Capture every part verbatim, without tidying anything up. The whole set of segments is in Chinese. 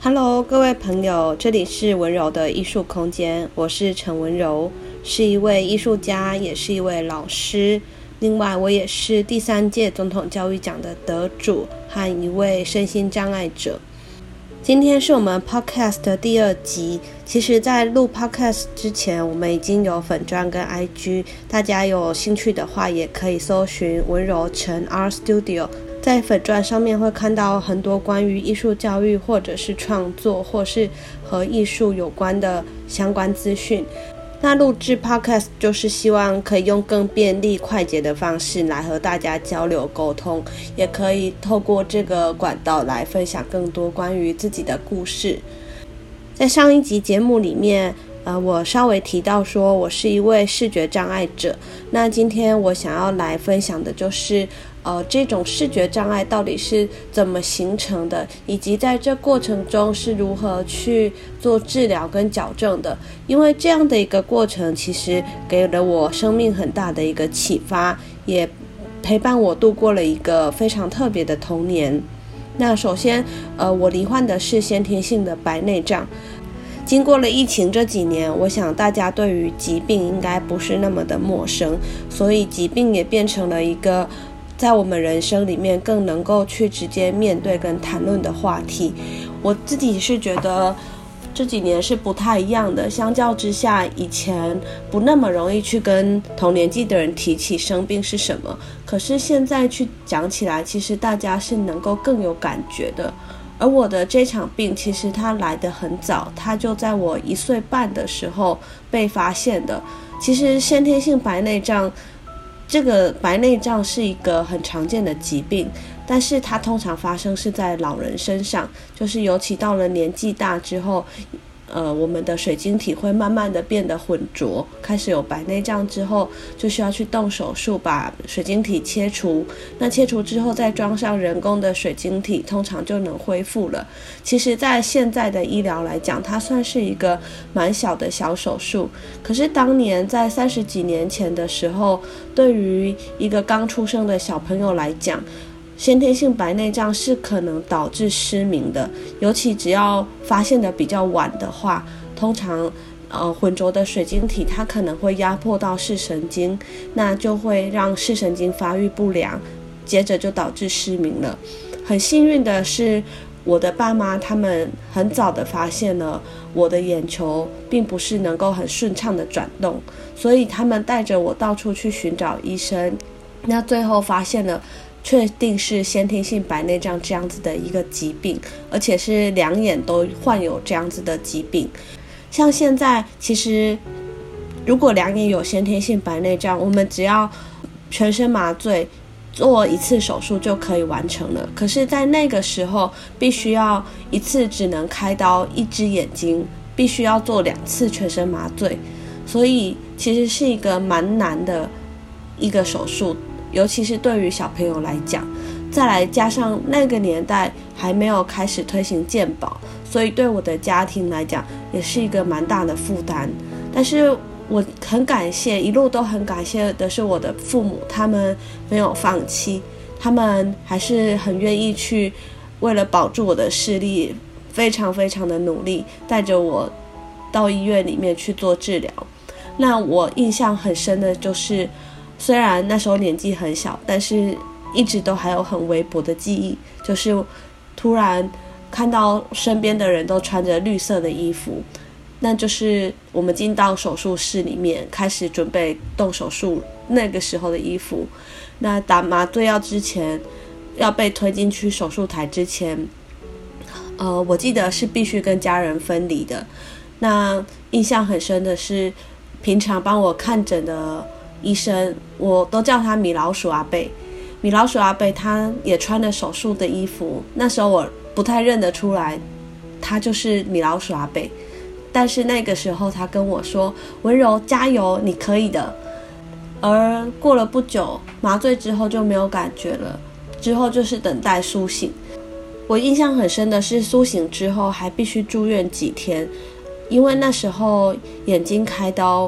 Hello， 各位朋友，这里是文柔的艺术空间，我是陈文柔，是一位艺术家，也是一位老师。另外，我也是第三届总统教育奖的得主和一位身心障碍者。今天是我们 Podcast 的第二集。其实在录 Podcast 之前，我们已经有粉专跟 I G， 大家有兴趣的话也可以搜寻文柔陈 Art Studio， 在粉专上面会看到很多关于艺术教育或者是创作或是和艺术有关的相关资讯。那录制 Podcast 就是希望可以用更便利快捷的方式来和大家交流沟通，也可以透过这个管道来分享更多关于自己的故事。在上一集节目里面呃，我稍微提到说我是一位视觉障碍者，那今天我想要来分享的就是呃，这种视觉障碍到底是怎么形成的，以及在这过程中是如何去做治疗跟矫正的。因为这样的一个过程其实给了我生命很大的一个启发，也陪伴我度过了一个非常特别的童年。那首先呃，我罹患的是先天性的白内障。经过了疫情这几年，我想大家对于疾病应该不是那么的陌生，所以疾病也变成了一个在我们人生里面更能够去直接面对跟谈论的话题。我自己是觉得这几年是不太一样的，相较之下以前不那么容易去跟同年纪的人提起生病是什么，可是现在去讲起来，其实大家是能够更有感觉的。而我的这场病其实它来得很早，它就在我一岁半的时候被发现的。其实先天性白内障，这个白内障是一个很常见的疾病，但是它通常发生是在老人身上，就是尤其到了年纪大之后，呃，我们的水晶体会慢慢的变得浑浊，开始有白内障之后，就需要去动手术把水晶体切除。那切除之后再装上人工的水晶体，通常就能恢复了。其实在现在的医疗来讲，它算是一个蛮小的小手术，可是当年在三十几年前的时候，对于一个刚出生的小朋友来讲，先天性白内障是可能导致失明的，尤其只要发现的比较晚的话，通常呃浑浊的水晶体它可能会压迫到视神经，那就会让视神经发育不良，接着就导致失明了。很幸运的是，我的爸妈他们很早的发现了我的眼球并不是能够很顺畅的转动，所以他们带着我到处去寻找医生，那最后发现了确定是先天性白内障这样子的一个疾病，而且是两眼都患有这样子的疾病。像现在其实如果两眼有先天性白内障，我们只要全身麻醉做一次手术就可以完成了，可是在那个时候必须要一次只能开刀一只眼睛，必须要做两次全身麻醉，所以其实是一个蛮难的一个手术，尤其是对于小朋友来讲。再来加上那个年代还没有开始推行健保，所以对我的家庭来讲也是一个蛮大的负担。但是我很感谢，一路都很感谢的是我的父母，他们没有放弃，他们还是很愿意去为了保住我的视力，非常非常的努力，带着我到医院里面去做治疗。那我印象很深的就是，虽然那时候年纪很小，但是一直都还有很微薄的记忆，就是突然看到身边的人都穿着绿色的衣服，那就是我们进到手术室里面开始准备动手术那个时候的衣服。那打麻醉药之前，要被推进去手术台之前，呃，我记得是必须跟家人分离的。那印象很深的是，平常帮我看诊的医生，我都叫他米老鼠阿伯。米老鼠阿伯他也穿着手术的衣服，那时候我不太认得出来他就是米老鼠阿伯，但是那个时候他跟我说，文柔加油，你可以的。而过了不久，麻醉之后就没有感觉了，之后就是等待苏醒。我印象很深的是，苏醒之后还必须住院几天，因为那时候眼睛开刀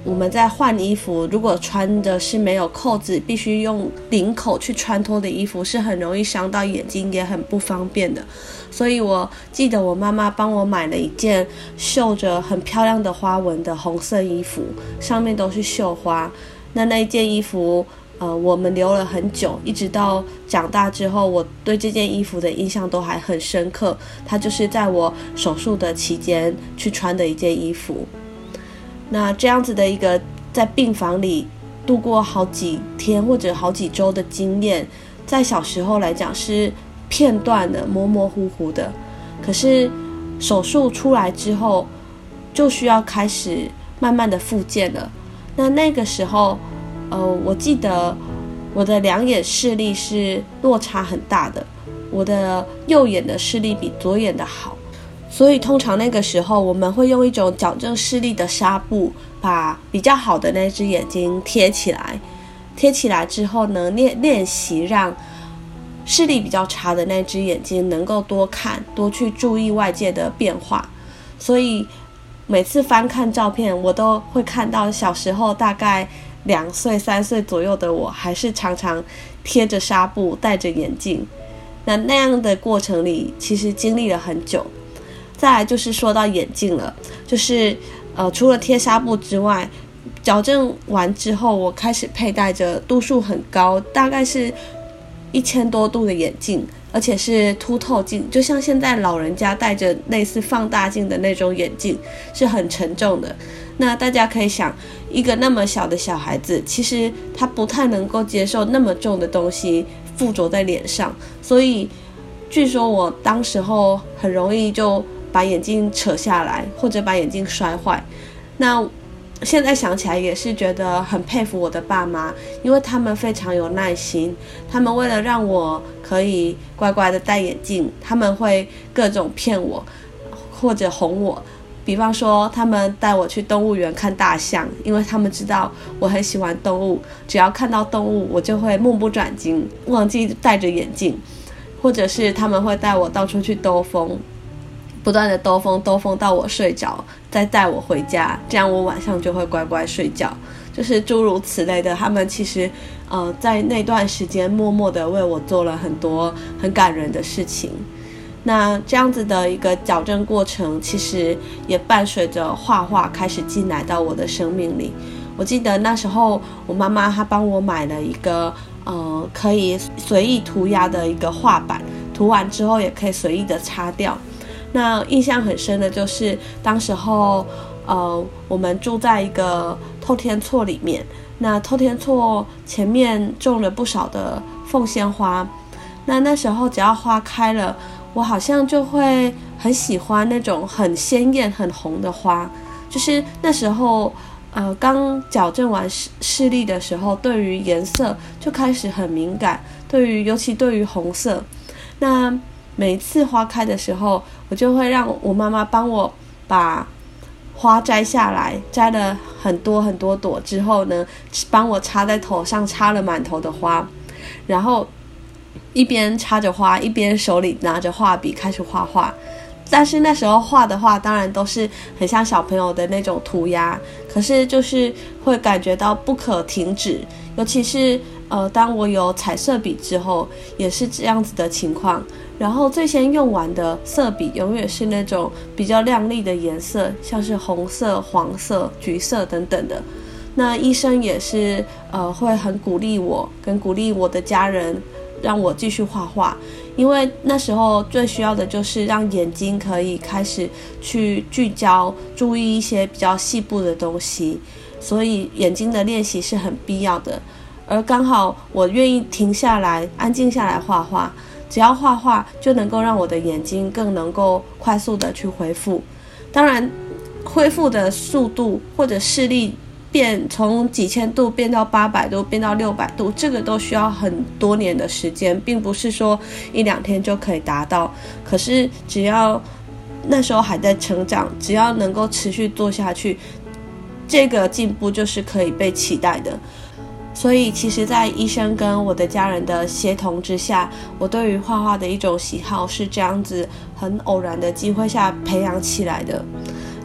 我们在换衣服，如果穿的是没有扣子，必须用领口去穿脱的衣服，是很容易伤到眼睛，也很不方便的。所以我记得我妈妈帮我买了一件绣着很漂亮的花纹的红色衣服，上面都是绣花。那那一件衣服呃，我们留了很久，一直到长大之后，我对这件衣服的印象都还很深刻。它就是在我手术的期间去穿的一件衣服。那这样子的一个在病房里度过好几天或者好几周的经验，在小时候来讲是片段的、模模糊糊的。可是手术出来之后，就需要开始慢慢的复健了。那那个时候，呃，我记得我的两眼视力是落差很大的，我的右眼的视力比左眼的好。所以通常那个时候我们会用一种矫正视力的纱布把比较好的那只眼睛贴起来，贴起来之后呢，练练习让视力比较差的那只眼睛能够多看，多去注意外界的变化。所以每次翻看照片，我都会看到小时候大概两岁三岁左右的我，还是常常贴着纱布戴着眼镜。那那样的过程里其实经历了很久。再来就是说到眼镜了，就是呃，除了贴纱布之外，矫正完之后，我开始佩戴着度数很高，大概是一千多度的眼镜，而且是凸透镜，就像现在老人家戴着类似放大镜的那种眼镜，是很沉重的。那大家可以想，一个那么小的小孩子，其实他不太能够接受那么重的东西附着在脸上，所以据说我当时候很容易就把眼镜扯下来，或者把眼镜摔坏。那现在想起来也是觉得很佩服我的爸妈，因为他们非常有耐心，他们为了让我可以乖乖的戴眼镜，他们会各种骗我或者哄我。比方说他们带我去动物园看大象，因为他们知道我很喜欢动物，只要看到动物我就会目不转睛，忘记戴着眼镜。或者是他们会带我到处去兜风，不断的兜风兜风到我睡着，再带我回家，这样我晚上就会乖乖睡觉，就是诸如此类的。他们其实呃在那段时间默默的为我做了很多很感人的事情。那这样子的一个矫正过程，其实也伴随着画画开始进来到我的生命里。我记得那时候我妈妈她帮我买了一个呃可以随意涂鸦的一个画板，涂完之后也可以随意的擦掉。那印象很深的就是当时候呃我们住在一个透天厝里面，那透天厝前面种了不少的凤仙花，那那时候只要花开了，我好像就会很喜欢那种很鲜艳很红的花。就是那时候呃，刚矫正完视视力的时候，对于颜色就开始很敏感，对于尤其对于红色。那每次花开的时候，我就会让我妈妈帮我把花摘下来，摘了很多很多朵之后呢，帮我插在头上，插了满头的花，然后一边插着花，一边手里拿着画笔开始画画。但是那时候画的画当然都是很像小朋友的那种涂鸦，可是就是会感觉到不可停止，尤其是呃，当我有彩色笔之后也是这样子的情况。然后最先用完的色笔永远是那种比较亮丽的颜色，像是红色、黄色、橘色等等的。那医生也是呃会很鼓励我跟鼓励我的家人，让我继续画画，因为那时候最需要的就是让眼睛可以开始去聚焦，注意一些比较细部的东西，所以眼睛的练习是很必要的。而刚好我愿意停下来，安静下来画画，只要画画就能够让我的眼睛更能够快速的去恢复。当然恢复的速度或者视力变从几千度变到八百度变到六百度，这个都需要很多年的时间，并不是说一两天就可以达到。可是只要那时候还在成长，只要能够持续做下去，这个进步就是可以被期待的。所以其实在医生跟我的家人的协同之下，我对于画画的一种喜好是这样子很偶然的机会下培养起来的。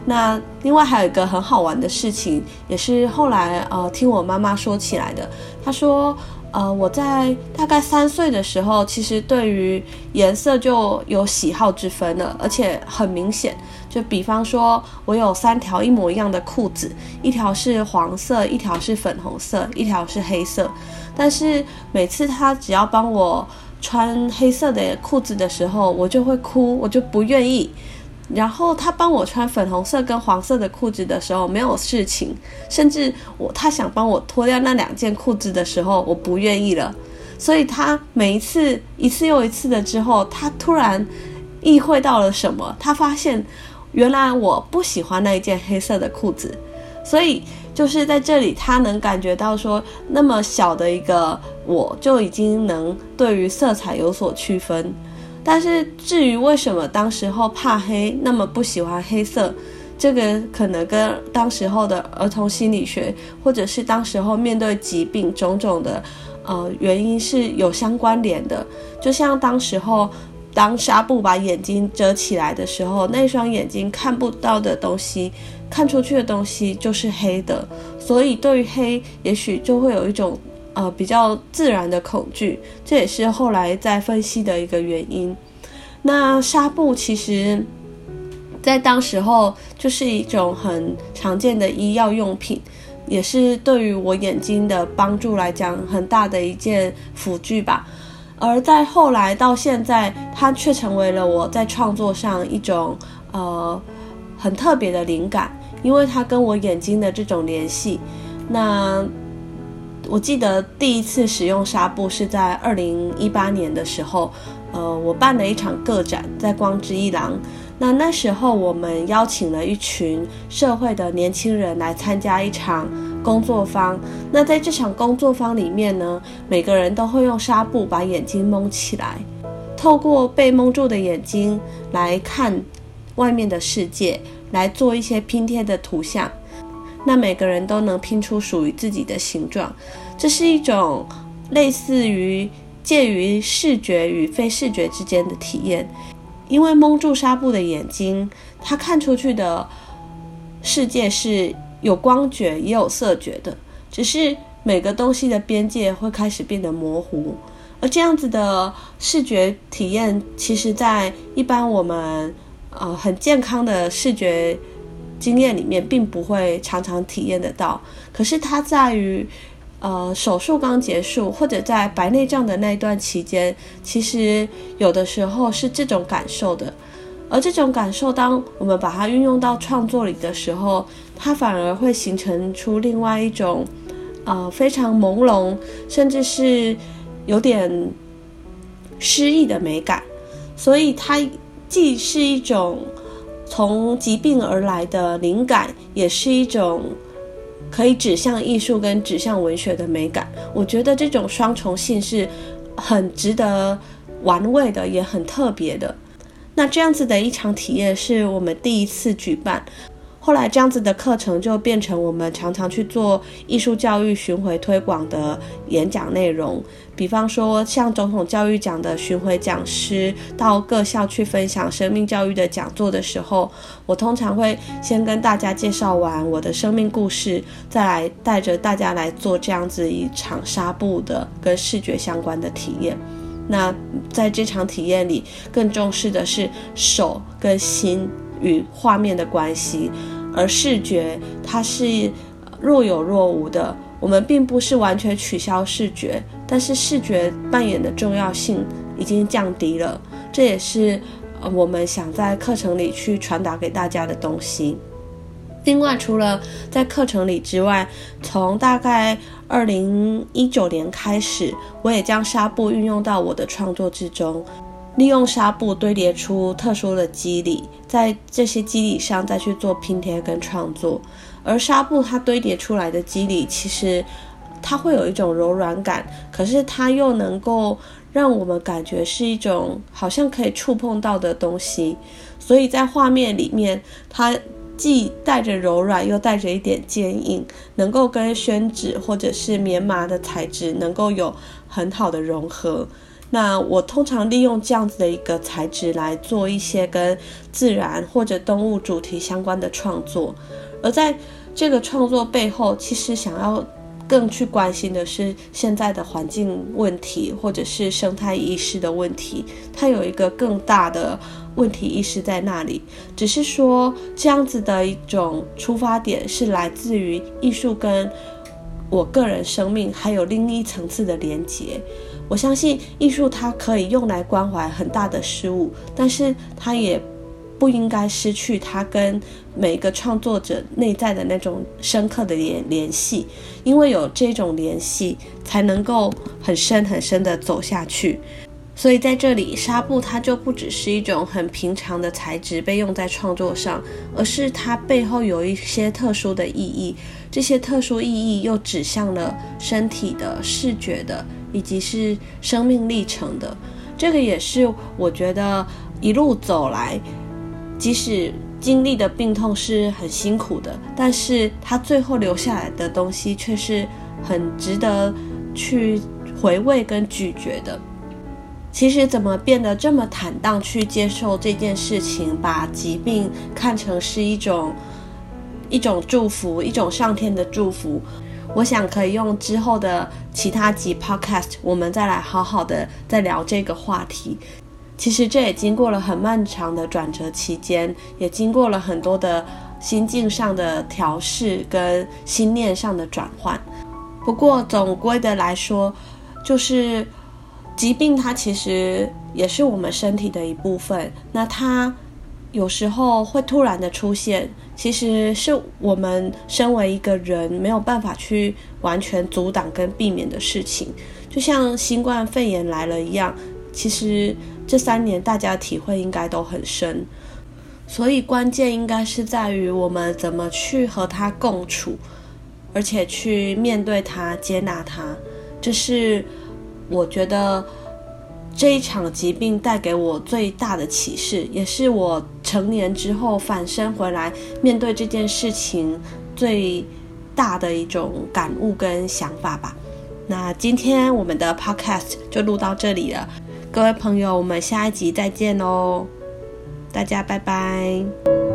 那另外还有一个很好玩的事情，也是后来呃听我妈妈说起来的。她说呃我在大概三岁的时候，其实对于颜色就有喜好之分了，而且很明显。就比方说我有三条一模一样的裤子，一条是黄色，一条是粉红色，一条是黑色。但是每次她只要帮我穿黑色的裤子的时候，我就会哭，我就不愿意。然后他帮我穿粉红色跟黄色的裤子的时候没有事情，甚至我他想帮我脱掉那两件裤子的时候，我不愿意了。所以他每一次一次又一次的之后，他突然意会到了什么，他发现原来我不喜欢那一件黑色的裤子。所以就是在这里他能感觉到说，那么小的一个我就已经能对于色彩有所区分。但是至于为什么当时候怕黑，那么不喜欢黑色，这个可能跟当时候的儿童心理学，或者是当时候面对疾病种种的呃原因是有相关联的。就像当时候当纱布把眼睛遮起来的时候，那双眼睛看不到的东西，看出去的东西就是黑的，所以对于黑也许就会有一种呃，比较自然的恐惧，这也是后来在分析的一个原因。那纱布其实在当时候就是一种很常见的医药用品，也是对于我眼睛的帮助来讲很大的一件辅具吧。而在后来到现在，它却成为了我在创作上一种呃很特别的灵感，因为它跟我眼睛的这种联系。那我记得第一次使用纱布是在二零一八年的时候，呃，我办了一场个展在光之一廊。那那时候我们邀请了一群社会的年轻人来参加一场工作坊。那在这场工作坊里面呢，每个人都会用纱布把眼睛蒙起来，透过被蒙住的眼睛来看外面的世界，来做一些拼贴的图像。那每个人都能拼出属于自己的形状，这是一种类似于介于视觉与非视觉之间的体验。因为蒙住纱布的眼睛，它看出去的世界是有光觉也有色觉的，只是每个东西的边界会开始变得模糊。而这样子的视觉体验，其实在一般我们呃很健康的视觉经验里面并不会常常体验得到。可是它在于呃手术刚结束或者在白内障的那一段期间，其实有的时候是这种感受的。而这种感受当我们把它运用到创作里的时候，它反而会形成出另外一种呃非常朦胧甚至是有点诗意的美感。所以它既是一种从疾病而来的灵感，也是一种可以指向艺术跟指向文学的美感。我觉得这种双重性是很值得玩味的，也很特别的。那这样子的一场体验是我们第一次举办，后来这样子的课程就变成我们常常去做艺术教育巡回推广的演讲内容。比方说像总统教育奖的巡回讲师到各校去分享生命教育的讲座的时候，我通常会先跟大家介绍完我的生命故事，再来带着大家来做这样子一场纱布的跟视觉相关的体验。那在这场体验里，更重视的是手跟心与画面的关系，而视觉它是若有若无的。我们并不是完全取消视觉，但是视觉扮演的重要性已经降低了，这也是我们想在课程里去传达给大家的东西。另外除了在课程里之外，从大概二零一九年开始，我也将纱布运用到我的创作之中，利用纱布堆叠出特殊的肌理，在这些肌理上再去做拼贴跟创作。而纱布它堆叠出来的肌理，其实它会有一种柔软感，可是它又能够让我们感觉是一种好像可以触碰到的东西。所以在画面里面，它既带着柔软又带着一点坚硬，能够跟宣纸或者是棉麻的材质能够有很好的融合。 那我通常利用这样子的一个材质来做一些跟自然或者动物主题相关的创作，而在这个创作背后，其实想要更去关心的是现在的环境问题，或者是生态意识的问题，它有一个更大的问题意识在那里。只是说这样子的一种出发点是来自于艺术跟我个人生命还有另一层次的连结。我相信艺术它可以用来关怀很大的事物，但是它也不应该失去它跟每一个创作者内在的那种深刻的联联系，因为有这种联系才能够很深很深的走下去。所以在这里，纱布它就不只是一种很平常的材质被用在创作上，而是它背后有一些特殊的意义，这些特殊意义又指向了身体的、视觉的以及是生命历程的。这个也是我觉得一路走来，即使经历的病痛是很辛苦的，但是它最后留下来的东西却是很值得去回味跟咀嚼的。其实怎么变得这么坦荡去接受这件事情，把疾病看成是一种一种祝福，一种上天的祝福，我想可以用之后的其他集 podcast 我们再来好好的再聊这个话题。其实这也经过了很漫长的转折期间，也经过了很多的心境上的调试跟心念上的转换。不过总归的来说，就是疾病它其实也是我们身体的一部分，那它有时候会突然的出现，其实是我们身为一个人没有办法去完全阻挡跟避免的事情。就像新冠肺炎来了一样，其实这三年大家体会应该都很深，所以关键应该是在于我们怎么去和它共处，而且去面对它、接纳它。这是我觉得这一场疾病带给我最大的启示，也是我成年之后返身回来面对这件事情最大的一种感悟跟想法吧。那今天我们的 podcast 就录到这里了，各位朋友，我们下一集再见哦，大家拜拜。